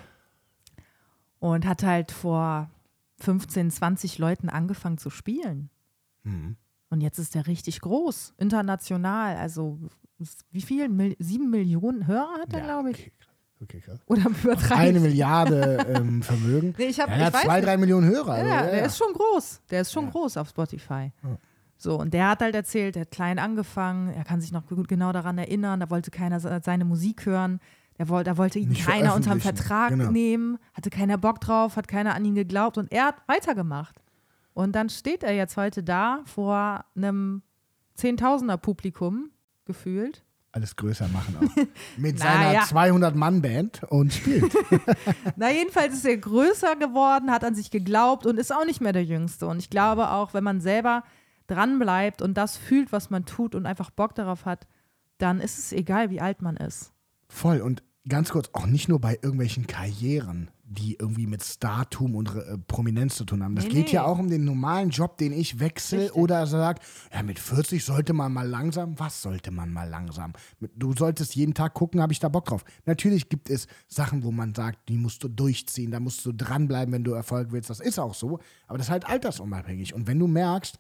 Und hat halt vor fünfzehn, zwanzig Leuten angefangen zu spielen. Mhm. Und jetzt ist er richtig groß, international. Also wie viel? Mil- sieben Millionen Hörer hat er, ja, glaube ich. Okay. Okay, krass. Oder übertreiben. Eine Milliarde ähm, Vermögen. Nee, ich hab, ja, ich er hat weiß zwei, nicht. drei Millionen Hörer. Also, ja, ja, der ja. ist schon groß. Der ist schon ja. groß auf Spotify. Ja. So, und der hat halt erzählt, er hat klein angefangen, er kann sich noch gut genau daran erinnern, da wollte keiner seine Musik hören. Der wollte, da wollte ihn Nicht keiner unterm veröffentlichen. Vertrag Genau. nehmen, hatte keiner Bock drauf, hat keiner an ihn geglaubt und er hat weitergemacht. Und dann steht er jetzt heute da vor einem Zehntausender-Publikum, gefühlt. Alles größer machen auch. Mit Na seiner ja. zweihundert-Mann-Band und spielt. Na, jedenfalls ist er größer geworden, hat an sich geglaubt und ist auch nicht mehr der Jüngste. Und ich glaube auch, wenn man selber dranbleibt und das fühlt, was man tut und einfach Bock darauf hat, dann ist es egal, wie alt man ist. Voll. Und ganz kurz, auch nicht nur bei irgendwelchen Karrieren, die irgendwie mit Startum und äh, Prominenz zu tun haben. Das Nee, geht nee. ja auch um den normalen Job, den ich wechsle Richtig. oder sage, ja, mit vierzig sollte man mal langsam. Was sollte man mal langsam? Du solltest jeden Tag gucken, habe ich da Bock drauf. Natürlich gibt es Sachen, wo man sagt, die musst du durchziehen, da musst du dranbleiben, wenn du Erfolg willst. Das ist auch so, aber das ist halt altersunabhängig. Und wenn du merkst,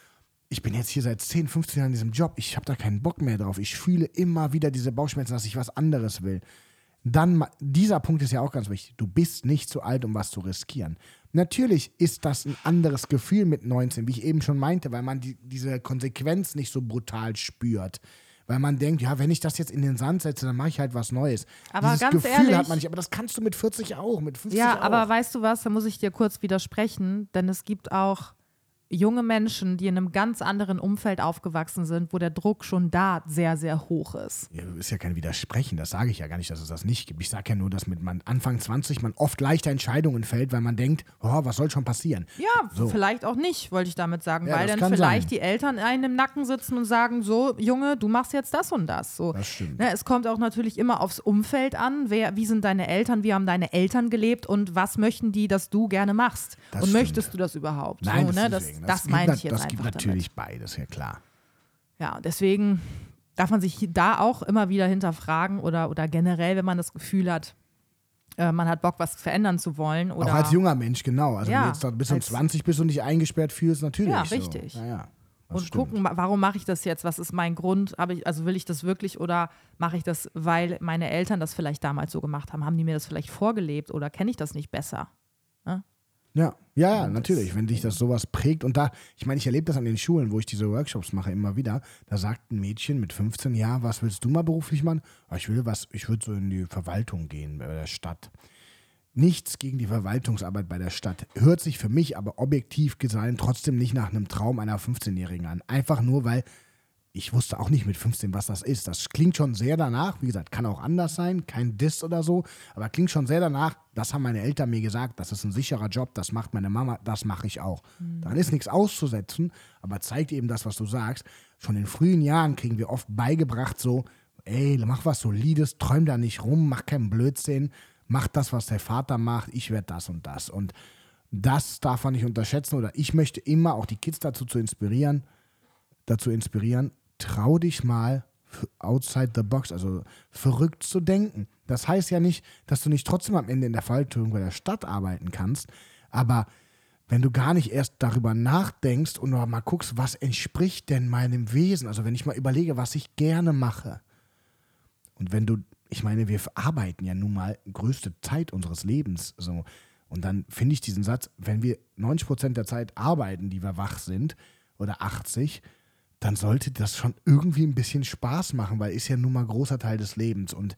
ich bin jetzt hier seit zehn, fünfzehn Jahren in diesem Job, ich habe da keinen Bock mehr drauf, ich fühle immer wieder diese Bauchschmerzen, dass ich was anderes will. Dann, ma- dieser Punkt ist ja auch ganz wichtig, du bist nicht zu alt, um was zu riskieren. Natürlich ist das ein anderes Gefühl mit neunzehn, wie ich eben schon meinte, weil man die, diese Konsequenz nicht so brutal spürt. Weil man denkt, ja, wenn ich das jetzt in den Sand setze, dann mache ich halt was Neues. Aber Dieses ganz Gefühl ehrlich- hat man nicht, aber das kannst du mit vierzig auch, mit fünfzig Ja, auch. aber weißt du was, da muss ich dir kurz widersprechen, denn es gibt auch junge Menschen, die in einem ganz anderen Umfeld aufgewachsen sind, wo der Druck schon da sehr, sehr hoch ist. Ja, das ist ja kein Widersprechen, das sage ich ja gar nicht, dass es das nicht gibt. Ich sage ja nur, dass mit man Anfang zwanzig man oft leichter Entscheidungen fällt, weil man denkt, oh, was soll schon passieren? Ja, So. vielleicht auch nicht, wollte ich damit sagen, Ja, weil das dann kann vielleicht sein. die Eltern einem im Nacken sitzen und sagen, so, Junge, du machst jetzt das und das. So. Das stimmt. Ne, es kommt auch natürlich immer aufs Umfeld an, wer, wie sind deine Eltern, wie haben deine Eltern gelebt und was möchten die, dass du gerne machst? Das und stimmt. möchtest du das überhaupt? Nein, so, das, ne? ist das, deswegen. das gibt meine nat- ich jetzt Das einfach gibt damit. natürlich beides, ja klar. Ja, und deswegen darf man sich da auch immer wieder hinterfragen oder, oder generell, wenn man das Gefühl hat, äh, man hat Bock, was verändern zu wollen. Oder Auch als junger Mensch, genau. Also Ja, wenn du jetzt da bis um als- zwanzig bist und dich eingesperrt fühlst, natürlich. Ja, so. richtig. Ja, ja. Das und stimmt. gucken, wa- warum mache ich das jetzt? Was ist mein Grund? Hab ich, also will ich das wirklich oder mache ich das, weil meine Eltern das vielleicht damals so gemacht haben? Haben die mir das vielleicht vorgelebt oder kenne ich das nicht besser? Ja, ja, ja, Und natürlich, das- wenn dich das sowas prägt. Und da, ich meine, ich erlebe das an den Schulen, wo ich diese Workshops mache, immer wieder. Da sagt ein Mädchen mit fünfzehn, ja, was willst du mal beruflich machen? Ah, ich will was, ich würde so in die Verwaltung gehen bei der Stadt. Nichts gegen die Verwaltungsarbeit bei der Stadt. Hört sich für mich aber objektiv gesehen trotzdem nicht nach einem Traum einer fünfzehnjährigen an. Einfach nur, weil ich wusste auch nicht mit fünfzehn, was das ist. Das klingt schon sehr danach. Wie gesagt, kann auch anders sein, kein Diss oder so. Aber klingt schon sehr danach. Das haben meine Eltern mir gesagt. Das ist ein sicherer Job. Das macht meine Mama. Das mache ich auch. Daran ist nichts auszusetzen. Aber zeigt eben das, was du sagst. Schon in frühen Jahren kriegen wir oft beigebracht so, ey, mach was Solides, träum da nicht rum, mach keinen Blödsinn. Mach das, was der Vater macht. Ich werde das und das. Und das darf man nicht unterschätzen. Oder ich möchte immer auch die Kids dazu zu inspirieren, dazu inspirieren, trau dich mal outside the box, also verrückt zu denken. Das heißt ja nicht, dass du nicht trotzdem am Ende in der Verwaltung bei der Stadt arbeiten kannst, aber wenn du gar nicht erst darüber nachdenkst und noch mal guckst, was entspricht denn meinem Wesen, also wenn ich mal überlege, was ich gerne mache und wenn du, ich meine, wir arbeiten ja nun mal größte Zeit unseres Lebens so und dann finde ich diesen Satz, wenn wir neunzig Prozent der Zeit arbeiten, die wir wach sind oder achtzig, dann sollte das schon irgendwie ein bisschen Spaß machen, weil ist ja nun mal ein großer Teil des Lebens. Und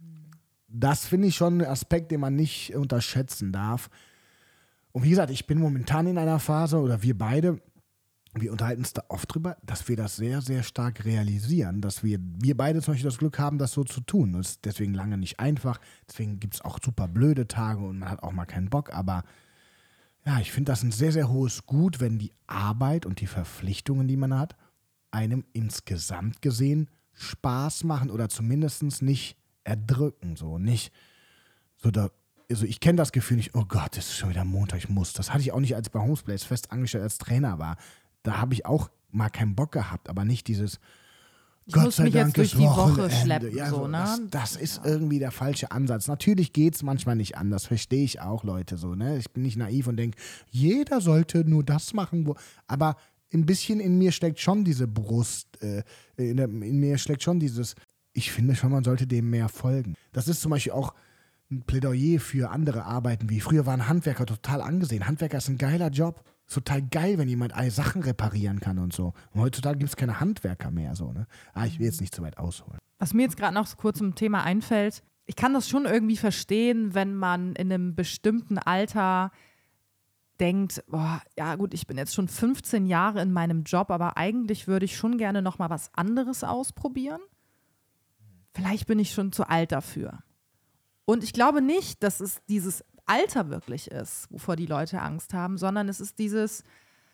das finde ich schon ein Aspekt, den man nicht unterschätzen darf. Und wie gesagt, ich bin momentan in einer Phase, oder wir beide, wir unterhalten uns da oft drüber, dass wir das sehr, sehr stark realisieren, dass wir, wir beide zum Beispiel das Glück haben, das so zu tun. Das ist deswegen lange nicht einfach. Deswegen gibt es auch super blöde Tage und man hat auch mal keinen Bock, aber ja, ich finde das ein sehr, sehr hohes Gut, wenn die Arbeit und die Verpflichtungen, die man hat, einem insgesamt gesehen Spaß machen oder zumindest nicht erdrücken. So nicht so da, also ich kenne das Gefühl nicht, oh Gott, es ist schon wieder Montag, ich muss. Das hatte ich auch nicht, als ich bei Homesplace fest angestellt als Trainer war. Da habe ich auch mal keinen Bock gehabt, aber nicht dieses Ich Gott muss sei mich Dank jetzt durch ist die Woche Wochenende. schleppen. Ja, so, so, ne? das, das ist irgendwie der falsche Ansatz. Natürlich geht es manchmal nicht anders, verstehe ich auch, Leute. So, ne? Ich bin nicht naiv und denke, jeder sollte nur das machen, wo, aber ein bisschen in mir steckt schon diese Brust, äh, in, der, in mir steckt schon dieses, ich finde schon, man sollte dem mehr folgen. Das ist zum Beispiel auch ein Plädoyer für andere Arbeiten, wie früher waren Handwerker total angesehen. Handwerker ist ein geiler Job. Ist total geil, wenn jemand alle Sachen reparieren kann und so. Und heutzutage gibt es keine Handwerker mehr. So, ne? Ah, ich will jetzt nicht zu weit ausholen. Was mir jetzt gerade noch so kurz zum Thema einfällt, ich kann das schon irgendwie verstehen, wenn man in einem bestimmten Alter denkt, boah, ja gut, ich bin jetzt schon fünfzehn Jahre in meinem Job, aber eigentlich würde ich schon gerne noch mal was anderes ausprobieren. Vielleicht bin ich schon zu alt dafür. Und ich glaube nicht, dass es dieses Alter wirklich ist, wovor die Leute Angst haben, sondern es ist dieses,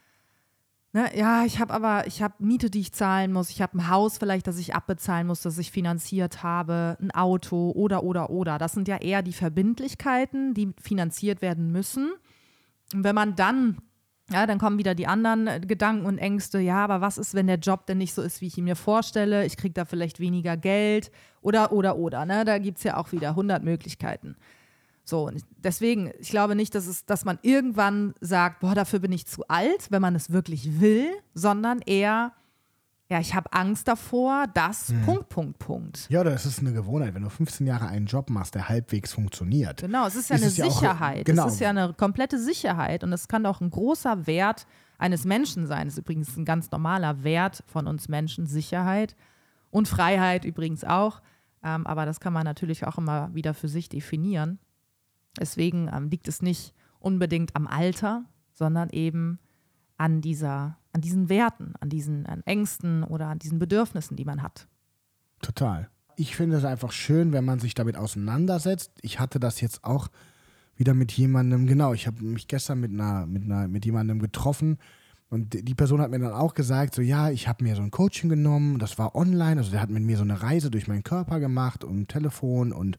ne, ja, ich habe aber, ich habe Miete, die ich zahlen muss, ich habe ein Haus vielleicht, das ich abbezahlen muss, das ich finanziert habe, ein Auto oder, oder, oder. Das sind ja eher die Verbindlichkeiten, die finanziert werden müssen. Und wenn man dann, ja, dann kommen wieder die anderen Gedanken und Ängste, ja, aber was ist, wenn der Job denn nicht so ist, wie ich ihn mir vorstelle, ich kriege da vielleicht weniger Geld oder, oder, oder, ne, da gibt es ja auch wieder hundert Möglichkeiten. So, und deswegen, ich glaube nicht, dass, es, dass man irgendwann sagt, boah, dafür bin ich zu alt, wenn man es wirklich will, sondern eher, ja, ich habe Angst davor, dass, mhm. Punkt, Punkt, Punkt. Ja, oder es ist eine Gewohnheit, wenn du fünfzehn Jahre einen Job machst, der halbwegs funktioniert. Genau, es ist ja ist eine Sicherheit. Ja auch, genau. Es ist ja eine komplette Sicherheit und es kann auch ein großer Wert eines Menschen sein. Das ist übrigens ein ganz normaler Wert von uns Menschen, Sicherheit und Freiheit übrigens auch. Ähm, aber das kann man natürlich auch immer wieder für sich definieren. Deswegen ähm, liegt es nicht unbedingt am Alter, sondern eben an dieser, an diesen Werten, an diesen an Ängsten oder an diesen Bedürfnissen, die man hat. Total. Ich finde es einfach schön, wenn man sich damit auseinandersetzt. Ich hatte das jetzt auch wieder mit jemandem, genau, ich habe mich gestern mit einer, mit einer, mit jemandem getroffen und die Person hat mir dann auch gesagt, so ja, ich habe mir so ein Coaching genommen, das war online, also der hat mit mir so eine Reise durch meinen Körper gemacht und Telefon und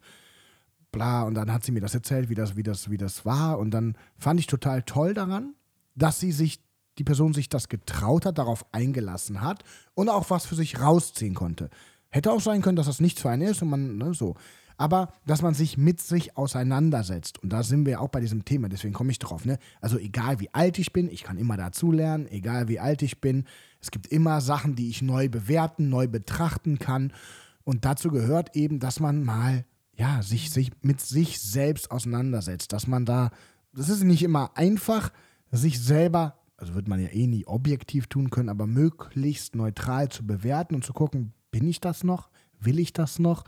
bla, und dann hat sie mir das erzählt, wie das, wie das, wie das war und dann fand ich total toll daran, dass sie sich, die Person sich das getraut hat, darauf eingelassen hat und auch was für sich rausziehen konnte. Hätte auch sein können, dass das nichts für einen ist und man, ne, so. Aber, dass man sich mit sich auseinandersetzt. Und da sind wir auch bei diesem Thema, deswegen komme ich drauf, ne? Also egal wie alt ich bin, ich kann immer dazulernen, egal wie alt ich bin, es gibt immer Sachen, die ich neu bewerten, neu betrachten kann. Und dazu gehört eben, dass man mal, ja, sich, sich mit sich selbst auseinandersetzt. Dass man da, das ist nicht immer einfach, sich selber, also wird man ja eh nie objektiv tun können, aber möglichst neutral zu bewerten und zu gucken, bin ich das noch? Will ich das noch?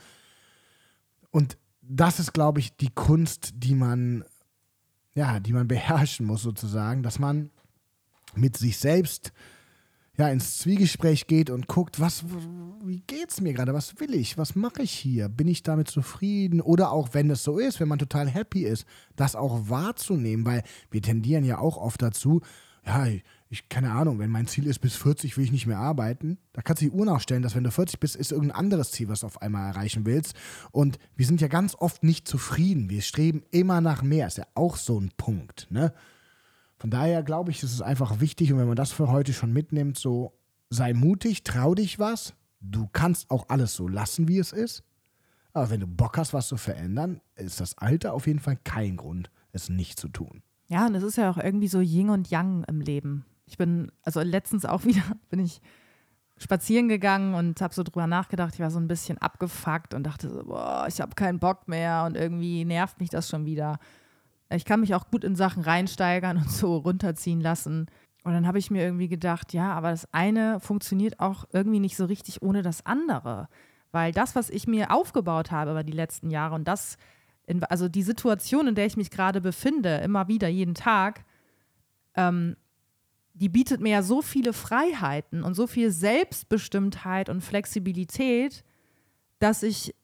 Und das ist, glaube ich, die Kunst, die man, ja, die man beherrschen muss sozusagen, dass man mit sich selbst ja, ins Zwiegespräch geht und guckt, was, wie geht's mir gerade? Was will ich? Was mache ich hier? Bin ich damit zufrieden? Oder auch, wenn es so ist, wenn man total happy ist, das auch wahrzunehmen, weil wir tendieren ja auch oft dazu, ja, ich, keine Ahnung, wenn mein Ziel ist, bis vierzig will ich nicht mehr arbeiten, da kannst du die Uhr nachstellen, dass wenn du vierzig bist, ist irgendein anderes Ziel, was du auf einmal erreichen willst. Und wir sind ja ganz oft nicht zufrieden. Wir streben immer nach mehr. Ist ja auch so ein Punkt, ne? Von daher glaube ich, ist es einfach wichtig, und wenn man das für heute schon mitnimmt, so sei mutig, trau dich was. Du kannst auch alles so lassen, wie es ist. Aber wenn du Bock hast, was zu verändern, ist das Alter auf jeden Fall kein Grund, es nicht zu tun. Ja, und es ist ja auch irgendwie so Yin und Yang im Leben. Ich bin, also letztens auch wieder, bin ich spazieren gegangen und habe so drüber nachgedacht. Ich war so ein bisschen abgefuckt und dachte so, boah, ich habe keinen Bock mehr und irgendwie nervt mich das schon wieder. Ich kann mich auch gut in Sachen reinsteigern und so runterziehen lassen. Und dann habe ich mir irgendwie gedacht, ja, aber das eine funktioniert auch irgendwie nicht so richtig ohne das andere. Weil das, was ich mir aufgebaut habe über die letzten Jahre und das, in, also die Situation, in der ich mich gerade befinde, immer wieder, jeden Tag, ähm, die bietet mir ja so viele Freiheiten und so viel Selbstbestimmtheit und Flexibilität, dass ich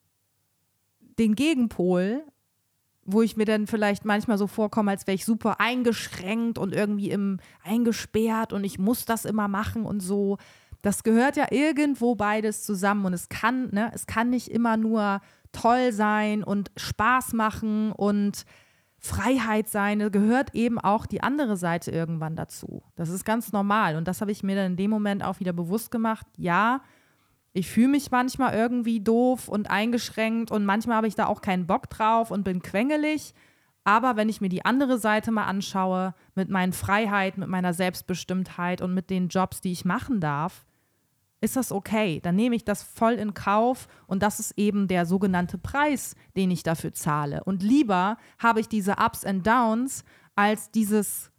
den Gegenpol, wo ich mir dann vielleicht manchmal so vorkomme, als wäre ich super eingeschränkt und irgendwie im, eingesperrt und ich muss das immer machen und so. Das gehört ja irgendwo beides zusammen und es kann, ne, es kann nicht immer nur toll sein und Spaß machen und Freiheit sein. Da gehört eben auch die andere Seite irgendwann dazu. Das ist ganz normal und das habe ich mir dann in dem Moment auch wieder bewusst gemacht. Ja, ich fühle mich manchmal irgendwie doof und eingeschränkt und manchmal habe ich da auch keinen Bock drauf und bin quengelig. Aber wenn ich mir die andere Seite mal anschaue, mit meinen Freiheiten, mit meiner Selbstbestimmtheit und mit den Jobs, die ich machen darf, ist das okay. Dann nehme ich das voll in Kauf und das ist eben der sogenannte Preis, den ich dafür zahle. Und lieber habe ich diese Ups and Downs als dieses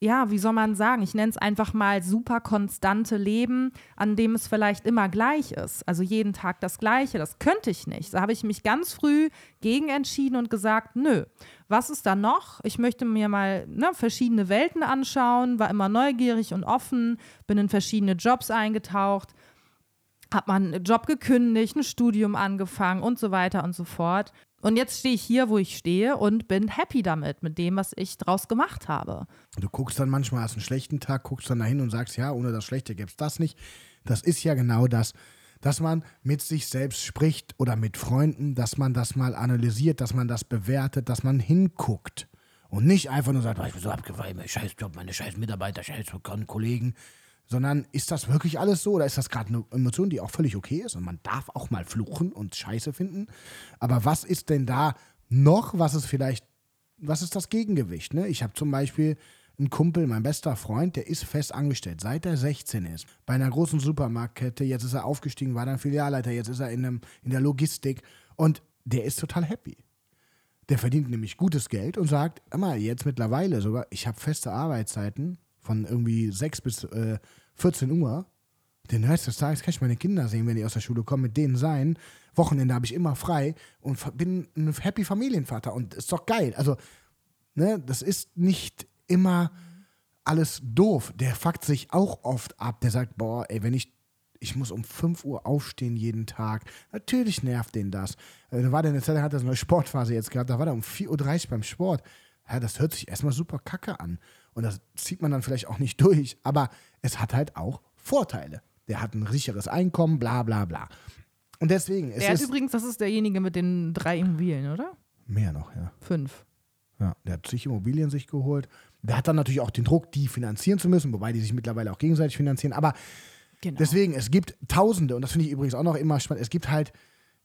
ja, wie soll man sagen, ich nenne es einfach mal super konstante Leben, an dem es vielleicht immer gleich ist. Also jeden Tag das Gleiche, das könnte ich nicht. Da habe ich mich ganz früh gegen entschieden und gesagt, nö, was ist da noch? Ich möchte mir mal ne, verschiedene Welten anschauen, war immer neugierig und offen, bin in verschiedene Jobs eingetaucht, habe mal einen Job gekündigt, ein Studium angefangen und so weiter und so fort. Und jetzt stehe ich hier, wo ich stehe und bin happy damit, mit dem, was ich draus gemacht habe. Du guckst dann manchmal, hast einen schlechten Tag, guckst dann dahin und sagst, ja, ohne das Schlechte gäbe es das nicht. Das ist ja genau das, dass man mit sich selbst spricht oder mit Freunden, dass man das mal analysiert, dass man das bewertet, dass man hinguckt. Und nicht einfach nur sagt, oh, ich bin so abgefallen, mein scheiß Job, meine scheiß Mitarbeiter, scheiß Kollegen. Sondern ist das wirklich alles so oder ist das gerade eine Emotion, die auch völlig okay ist und man darf auch mal fluchen und Scheiße finden. Aber was ist denn da noch, was ist vielleicht, was ist das Gegengewicht? Ne? Ich habe zum Beispiel einen Kumpel, mein bester Freund, der ist fest angestellt, seit er sechzehn ist, bei einer großen Supermarktkette. Jetzt ist er aufgestiegen, war dann Filialleiter, jetzt ist er in, einem, in der Logistik und der ist total happy. Der verdient nämlich gutes Geld und sagt, immer jetzt mittlerweile sogar, ich habe feste Arbeitszeiten von irgendwie sechs bis äh, vierzehn Uhr. Den Rest des Tages kann ich meine Kinder sehen, wenn die aus der Schule kommen, mit denen sein. Wochenende habe ich immer frei und bin ein happy Familienvater und ist doch geil. Also, ne, das ist nicht immer alles doof. Der fuckt sich auch oft ab. Der sagt, boah, ey, wenn ich, ich muss um fünf Uhr aufstehen jeden Tag. Natürlich nervt den das. Äh, da war der eine Zeit, hat er so eine Sportphase jetzt gehabt, da war der um vier Uhr dreißig beim Sport. Ja, das hört sich erstmal super kacke an. Und das zieht man dann vielleicht auch nicht durch. Aber es hat halt auch Vorteile. Der hat ein sicheres Einkommen, bla bla bla. Und deswegen ist Der es... hat übrigens, das ist derjenige mit den drei Immobilien, oder? Mehr noch, ja. Fünf. Ja, der hat sich Immobilien sich geholt. Der hat dann natürlich auch den Druck, die finanzieren zu müssen, wobei die sich mittlerweile auch gegenseitig finanzieren. Aber genau. Deswegen, es gibt Tausende, und das finde ich übrigens auch noch immer spannend, es gibt halt...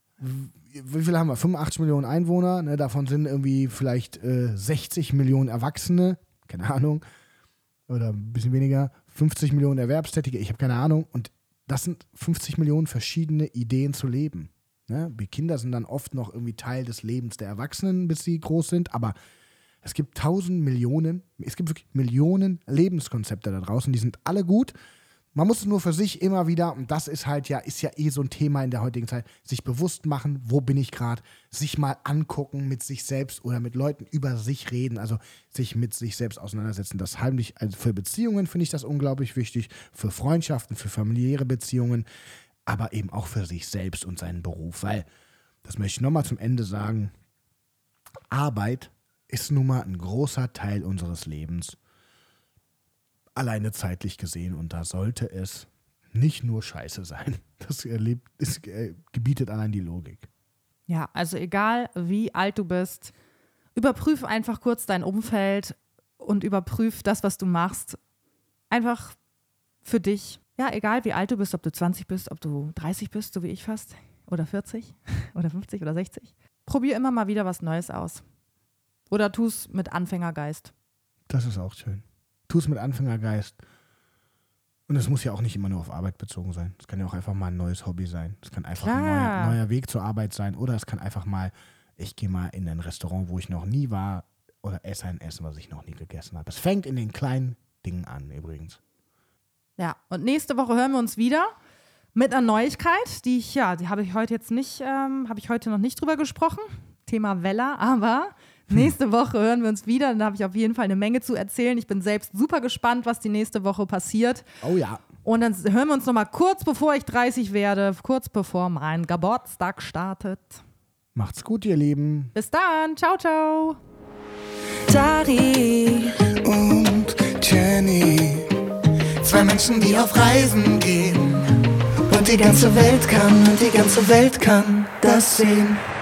Wie viele haben wir? fünfundachtzig Millionen Einwohner, ne? Davon sind irgendwie vielleicht äh, sechzig Millionen Erwachsene, keine Ahnung, oder ein bisschen weniger, fünfzig Millionen Erwerbstätige, ich habe keine Ahnung. Und das sind fünfzig Millionen verschiedene Ideen zu leben. Ne? Wir Kinder sind dann oft noch irgendwie Teil des Lebens der Erwachsenen, bis sie groß sind, aber es gibt tausend Millionen, es gibt wirklich Millionen Lebenskonzepte da draußen, die sind alle gut. Man muss es nur für sich immer wieder, und das ist halt ja, ist ja eh so ein Thema in der heutigen Zeit, sich bewusst machen, wo bin ich gerade, sich mal angucken mit sich selbst oder mit Leuten über sich reden, also sich mit sich selbst auseinandersetzen. Das heimlich, also für Beziehungen finde ich das unglaublich wichtig, für Freundschaften, für familiäre Beziehungen, aber eben auch für sich selbst und seinen Beruf, weil, das möchte ich nochmal zum Ende sagen, Arbeit ist nun mal ein großer Teil unseres Lebens. Alleine zeitlich gesehen, und da sollte es nicht nur Scheiße sein. Das erlebt, ist, äh, gebietet allein die Logik. Ja, also egal wie alt du bist, überprüf einfach kurz dein Umfeld und überprüf das, was du machst, einfach für dich. Ja, egal wie alt du bist, ob du zwanzig bist, ob du dreißig bist, so wie ich fast, oder vierzig oder fünfzig oder sechzig. Probier immer mal wieder was Neues aus. Oder tu es mit Anfängergeist. Das ist auch schön. Tu es mit Anfängergeist. Und es muss ja auch nicht immer nur auf Arbeit bezogen sein. Es kann ja auch einfach mal ein neues Hobby sein. Es kann einfach Klar. ein neuer, neuer Weg zur Arbeit sein. Oder es kann einfach mal, ich gehe mal in ein Restaurant, wo ich noch nie war, oder esse ein Essen, was ich noch nie gegessen habe. Es fängt in den kleinen Dingen an, übrigens. Ja, und nächste Woche hören wir uns wieder mit einer Neuigkeit, die ich, ja, die habe ich heute jetzt nicht, ähm, habe ich heute noch nicht drüber gesprochen. Thema Weller, aber nächste Woche hören wir uns wieder. Dann habe ich auf jeden Fall eine Menge zu erzählen. Ich bin selbst super gespannt, was die nächste Woche passiert. Oh ja. Und dann hören wir uns noch mal kurz bevor ich dreißig werde, kurz bevor mein Geburtstag startet. Macht's gut, ihr Lieben. Bis dann. Ciao, ciao. Dari und Jenny. Zwei Menschen, die auf Reisen gehen. Und die ganze Welt kann, und die ganze Welt kann das sehen.